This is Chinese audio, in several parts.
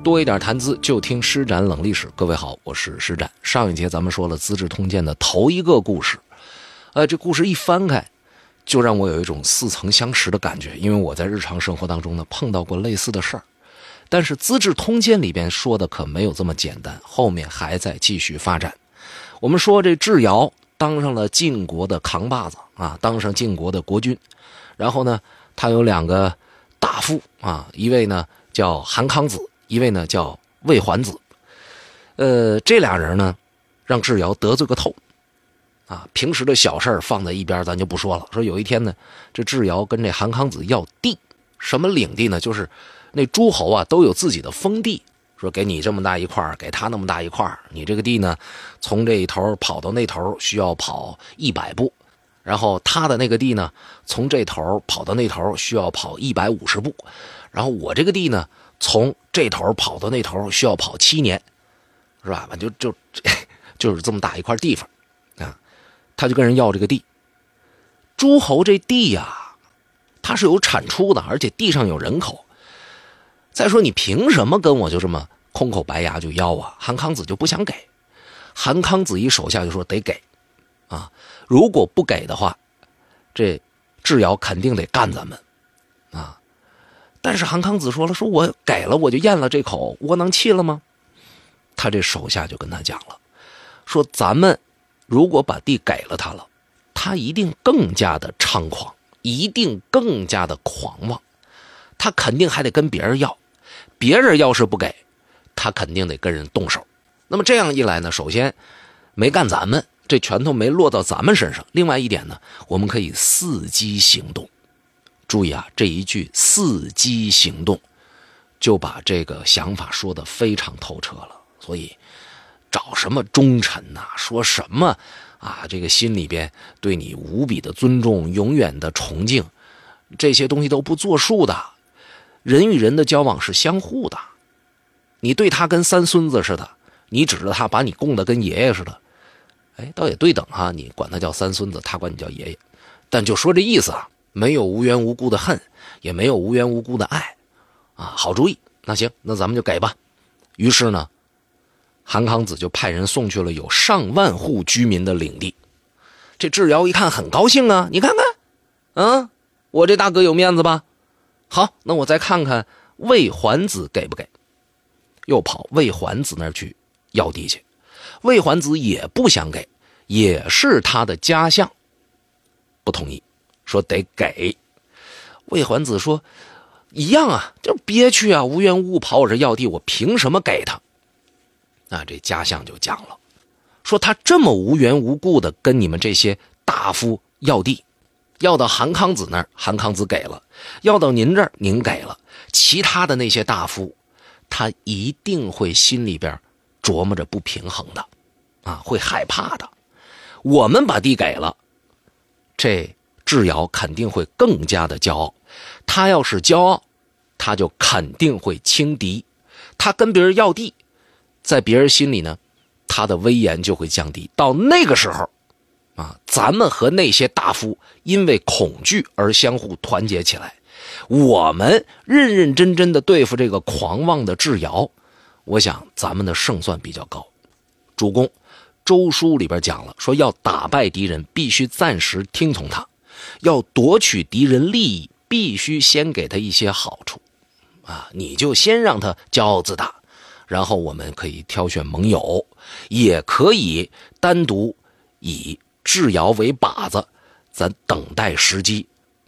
多一点谈资，就听施展冷历史。各位好，我是施展。上一节咱们说了《资治通鉴》的头一个故事，这故事一翻开，就让我有一种似曾相识的感觉，因为我在日常生活当中呢碰到过类似的事儿。但是《资治通鉴》里边说的可没有这么简单，后面还在继续发展。我们说这智瑶当上了晋国的扛把子啊，当上晋国的国君。然后呢，他有两个大夫啊，一位呢叫韩康子，一位呢叫魏桓子。这俩人呢，让智瑶得罪个透啊。平时的小事儿放在一边，咱就不说了。说有一天呢，这智瑶跟这韩康子要地，什么领地呢？就是那诸侯啊都有自己的封地，说给你这么大一块，给他那么大一块，你这个地呢，从这一头跑到那头需要跑100步。然后他的那个地呢，从这头跑到那头需要跑150步，然后我这个地呢，从这头跑到那头需要跑7年，是吧？就是这么大一块地方啊，他就跟人要这个地。诸侯这地呀，它是有产出的，而且地上有人口。再说你凭什么跟我就这么空口白牙就要啊？韩康子就不想给，韩康子一手下就说得给啊。如果不给的话，这智瑶肯定得干咱们啊！但是韩康子说了，说我给了，我就咽了这口窝囊气了吗？他这手下就跟他讲了，说咱们如果把地给了他了，他一定更加的猖狂，一定更加的狂妄，他肯定还得跟别人要，别人要是不给，他肯定得跟人动手。那么这样一来呢，首先没干咱们，这拳头没落到咱们身上。另外一点呢，我们可以伺机行动。注意啊，这一句伺机行动就把这个想法说得非常透彻了。所以找什么忠臣呐，说什么啊，这个心里边对你无比的尊重，永远的崇敬，这些东西都不作数的。人与人的交往是相互的，你对他跟三孙子似的，你指着他把你供得跟爷爷似的，倒也对等哈，你管他叫三孙子，他管你叫爷爷，但就说这意思啊，没有无缘无故的恨，也没有无缘无故的爱啊。好主意，那行，那咱们就给吧。于是呢，韩康子就派人送去了有上万户居民的领地。这智瑶一看很高兴啊，你看看，我这大哥有面子吧？好，那我再看看魏桓子给不给。又跑魏桓子那儿去要地去。魏桓子也不想给，也是他的家相，不同意，说得给。魏桓子说一样啊，就憋屈啊，无缘无故跑我这要地，我凭什么给他？这家相就讲了，说他这么无缘无故的跟你们这些大夫要地，要到韩康子那儿，韩康子给了，要到您这儿您给了，其他的那些大夫他一定会心里边琢磨着不平衡的啊，会害怕的。我们把地给了，这智瑶肯定会更加的骄傲，他要是骄傲，他就肯定会轻敌，他跟别人要地，在别人心里呢，他的威严就会降低。到那个时候啊，咱们和那些大夫因为恐惧而相互团结起来，我们认认真真的对付这个狂妄的智瑶，我想咱们的胜算比较高。主公周书里边讲了，说要打败敌人必须暂时听从他，要夺取敌人利益必须先给他一些好处啊，你就先让他骄傲自大，然后我们可以挑选盟友，也可以单独以智瑶为靶子，咱等待时机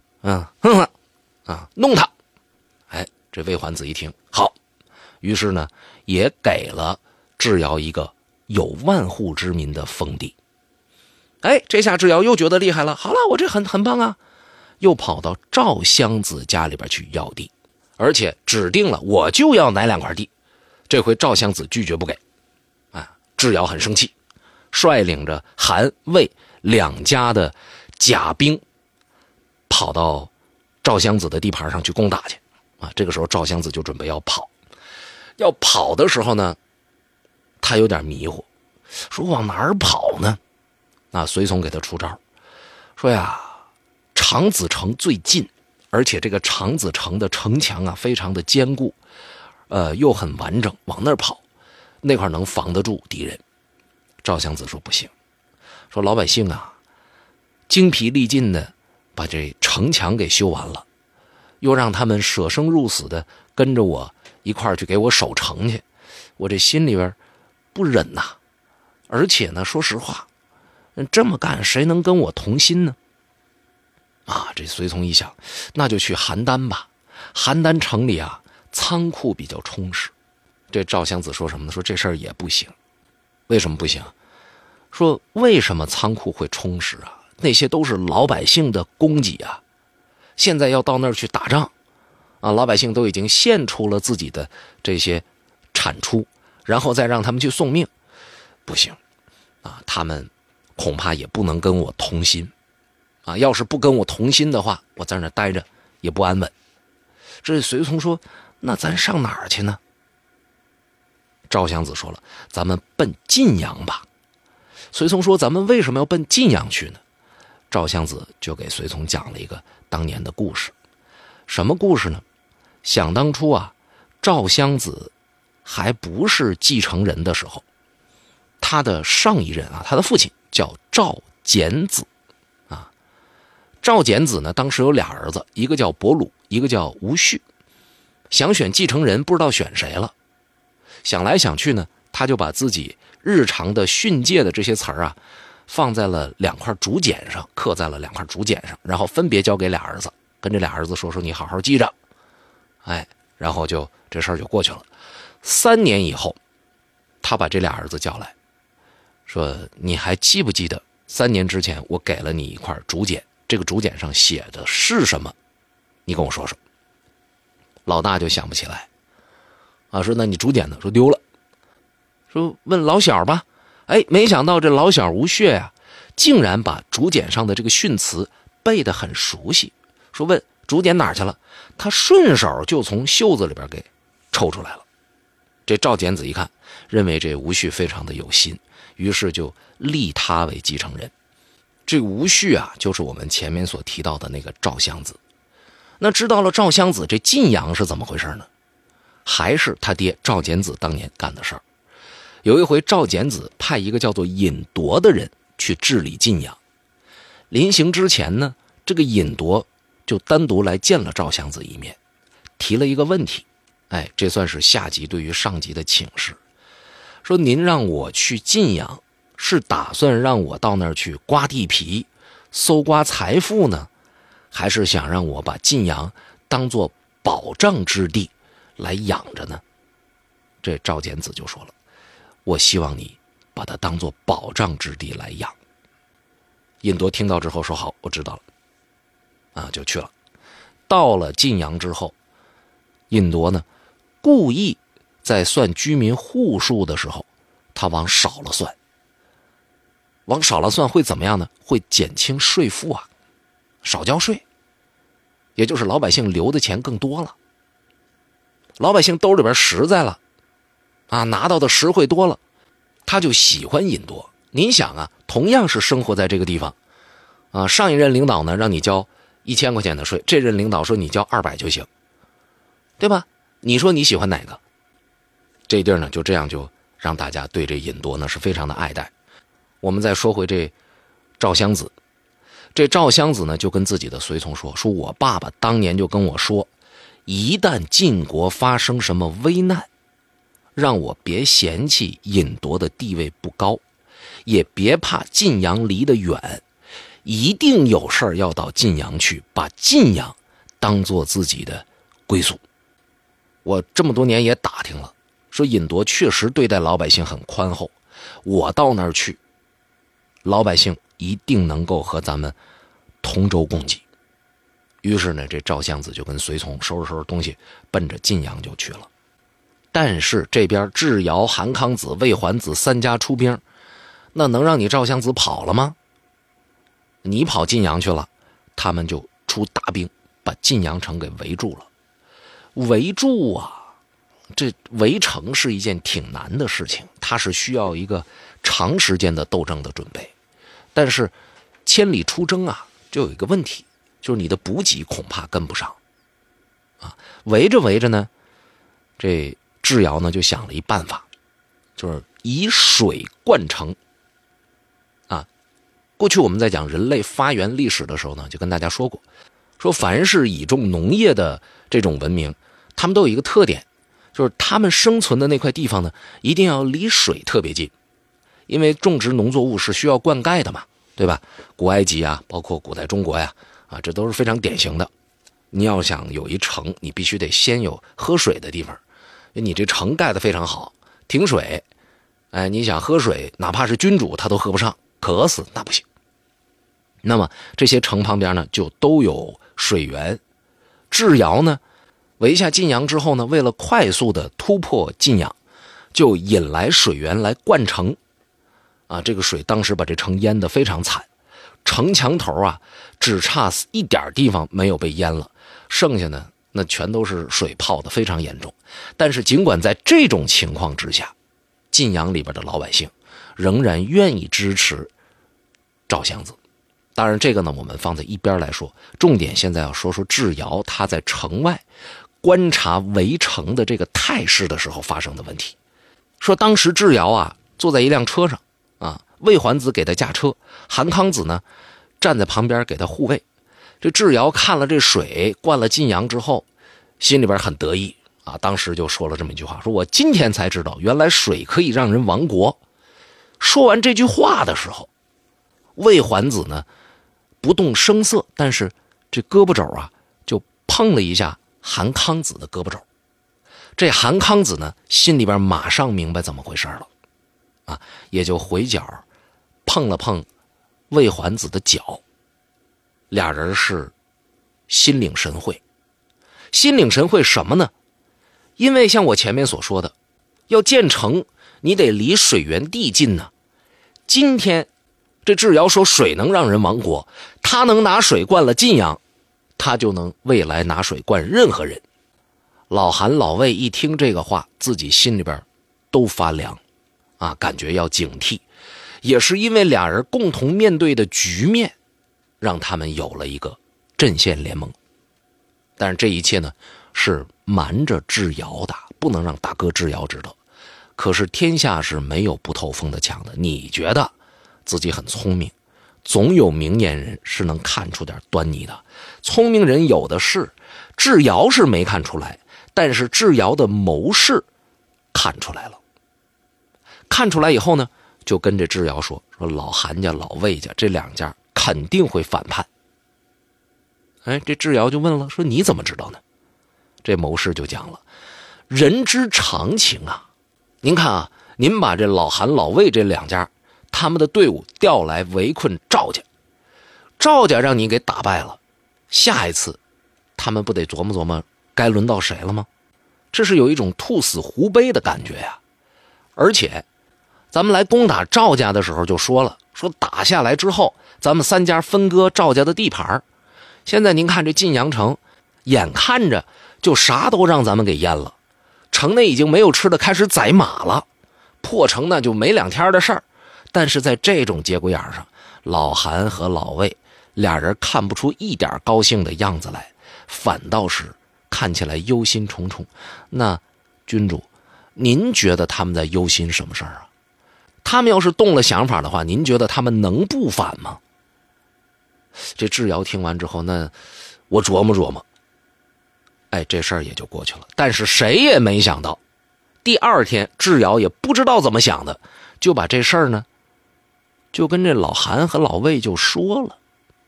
弄他。这魏桓子一听好，于是呢也给了智瑶一个有万户之民的封地。这下智瑶又觉得厉害了，好了，我这很棒啊，又跑到赵襄子家里边去要地，而且指定了我就要哪2块地。这回赵襄子拒绝不给智瑶很生气，率领着韩魏2家的甲兵跑到赵襄子的地盘上去攻打去这个时候赵襄子就准备要跑的时候呢，他有点迷糊，说往哪儿跑呢？随从给他出招，说呀，长子城最近，而且这个长子城的城墙非常的坚固， 又很完整，往那儿跑，那块能防得住敌人。赵襄子说不行，说老百姓啊，精疲力尽的把这城墙给修完了，又让他们舍生入死的跟着我一块儿去给我守城去，我这心里边不忍呐。而且呢，说实话，这么干谁能跟我同心呢？啊，这随从一想，那就去邯郸吧。邯郸城里啊，仓库比较充实。这赵襄子说什么呢？说这事儿也不行。为什么不行？说为什么仓库会充实啊？那些都是老百姓的供给啊。现在要到那儿去打仗啊，老百姓都已经献出了自己的这些产出，然后再让他们去送命，不行啊，他们恐怕也不能跟我同心啊。要是不跟我同心的话，我在那待着也不安稳。这随从说，那咱上哪儿去呢？赵襄子说了，咱们奔晋阳吧。随从说，咱们为什么要奔晋阳去呢？赵襄子就给随从讲了一个当年的故事。什么故事呢？想当初啊，赵襄子还不是继承人的时候，他的上一任啊，他的父亲叫赵简子啊。赵简子呢，当时有俩儿子，一个叫伯鲁，一个叫吴旭。想选继承人，不知道选谁了。想来想去呢，他就把自己日常的训诫的这些词儿啊，放在了2块竹简上，刻在了2块竹简上，然后分别交给俩儿子，跟这俩儿子说你好好记着。哎，然后就这事儿就过去了。3年以后，他把这俩儿子叫来，说你还记不记得3年之前我给了你一块竹简，这个竹简上写的是什么？你跟我说说。老大就想不起来啊，说那你竹简呢？说丢了。说问老小吧。哎，没想到这老小吴穴呀，竟然把竹简上的这个训词背得很熟悉。说问竹简哪儿去了？他顺手就从袖子里边给抽出来了。这赵简子一看，认为这吴旭非常的有心，于是就立他为继承人。这吴旭啊，就是我们前面所提到的那个赵襄子。那知道了赵襄子这晋阳是怎么回事呢？还是他爹赵简子当年干的事儿。有一回赵简子派一个叫做尹铎的人去治理晋阳，临行之前呢，这个尹铎就单独来见了赵襄子一面，提了一个问题。哎，这算是下级对于上级的请示，说您让我去晋阳，是打算让我到那儿去刮地皮搜刮财富呢，还是想让我把晋阳当作保障之地来养着呢？这赵简子就说了，我希望你把它当作保障之地来养。尹铎听到之后说好，我知道了啊，就去了。到了晋阳之后，尹铎呢故意在算居民户数的时候，他往少了算。往少了算会怎么样呢？会减轻税负啊，少交税，也就是老百姓留的钱更多了，老百姓兜里边实在了啊，拿到的实惠多了，他就喜欢尹铎。您想啊，同样是生活在这个地方啊，上一任领导呢让你交1000块钱的税，这任领导说你交200就行，对吧？你说你喜欢哪个？这地儿呢就这样就让大家对这尹铎呢是非常的爱戴。我们再说回这赵襄子，这赵襄子呢就跟自己的随从说我爸爸当年就跟我说，一旦晋国发生什么危难，让我别嫌弃尹铎的地位不高，也别怕晋阳离得远，一定有事儿要到晋阳去，把晋阳当做自己的归宿。我这么多年也打听了，说尹铎确实对待老百姓很宽厚，我到那儿去，老百姓一定能够和咱们同舟共济。于是呢，这赵襄子就跟随从收拾收拾东西，奔着晋阳就去了。但是这边智瑶、韩康子、魏桓子3家出兵，那能让你赵襄子跑了吗？你跑晋阳去了，他们就出大兵把晋阳城给围住了。围住啊，这围城是一件挺难的事情，它是需要一个长时间的斗争的准备。但是千里出征啊，就有一个问题，就是你的补给恐怕跟不上啊。围着围着呢，这智瑶呢就想了一办法，就是以水灌城。过去我们在讲人类发源历史的时候呢，就跟大家说过，说凡是以种农业的这种文明，他们都有一个特点，就是他们生存的那块地方呢，一定要离水特别近，因为种植农作物是需要灌溉的嘛，对吧？古埃及啊，包括古代中国呀，这都是非常典型的。你要想有一城，你必须得先有喝水的地方，你这城盖得非常好，停水，你想喝水，哪怕是君主他都喝不上，渴死那不行。那么这些城旁边呢，就都有水源。智瑶呢，围下晋阳之后呢，为了快速的突破晋阳，就引来水源来灌城。这个水当时把这城淹得非常惨，城墙头只差一点地方没有被淹了，剩下呢，那全都是水泡的非常严重。但是尽管在这种情况之下，晋阳里边的老百姓仍然愿意支持赵襄子。当然这个呢我们放在一边来说，重点现在要说说智瑶他在城外观察围城的这个态势的时候发生的问题。说当时智瑶坐在一辆车上魏桓子给他驾车，韩康子呢站在旁边给他护卫。这智瑶看了这水灌了晋阳之后，心里边很得意当时就说了这么一句话，说我今天才知道原来水可以让人亡国。说完这句话的时候，魏桓子呢不动声色，但是这胳膊肘就碰了一下韩康子的胳膊肘。这韩康子呢心里边马上明白怎么回事了也就回脚碰了碰魏桓子的脚。俩人是心领神会。心领神会什么呢？因为像我前面所说的，要建城你得离水源地近呢。今天这智瑶说水能让人亡国，他能拿水灌了晋阳，他就能未来拿水灌任何人。老韩老魏一听这个话，自己心里边都发凉感觉要警惕。也是因为俩人共同面对的局面，让他们有了一个阵线联盟。但是这一切呢是瞒着智瑶的，不能让大哥智瑶知道。可是天下是没有不透风的墙的，你觉得自己很聪明，总有明眼人是能看出点端倪的。聪明人有的是，智瑶是没看出来，但是智瑶的谋士看出来了。看出来以后呢，就跟这智瑶说老韩家老魏家这两家肯定会反叛。这智瑶就问了，说你怎么知道呢？这谋士就讲了，人之常情您看您把这老韩老魏这两家他们的队伍调来围困赵家，赵家让你给打败了，下一次他们不得琢磨琢磨该轮到谁了吗？这是有一种兔死狐悲的感觉呀。而且咱们来攻打赵家的时候就说了，说打下来之后咱们三家分割赵家的地盘。现在您看这晋阳城眼看着就啥都让咱们给淹了，城内已经没有吃的，开始宰马了，破城那就没2天的事儿。但是在这种节骨眼上，老韩和老魏俩人看不出一点高兴的样子来，反倒是看起来忧心忡忡。那君主，您觉得他们在忧心什么事儿他们要是动了想法的话，您觉得他们能不反吗？这智瑶听完之后，那我琢磨琢磨，这事儿也就过去了。但是谁也没想到，第2天智瑶也不知道怎么想的，就把这事儿呢就跟这老韩和老魏就说了。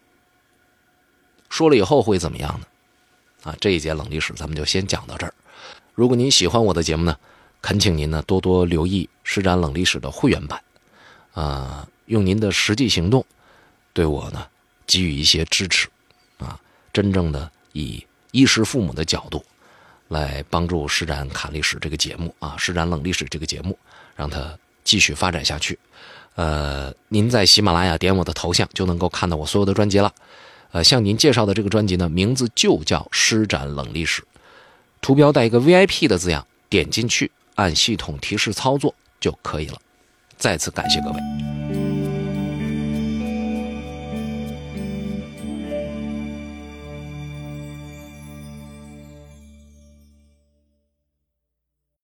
说了以后会怎么样呢？这一节冷历史咱们就先讲到这儿。如果您喜欢我的节目呢，恳请您呢多多留意施展冷历史的会员版，用您的实际行动对我呢给予一些支持真正的以衣食父母的角度来帮助施展侃历史这个节目施展冷历史这个节目，让它继续发展下去。您在喜马拉雅点我的头像就能够看到我所有的专辑了。向您介绍的这个专辑呢，名字就叫施展冷历史，图标带一个 VIP 的字样，点进去按系统提示操作就可以了。再次感谢各位。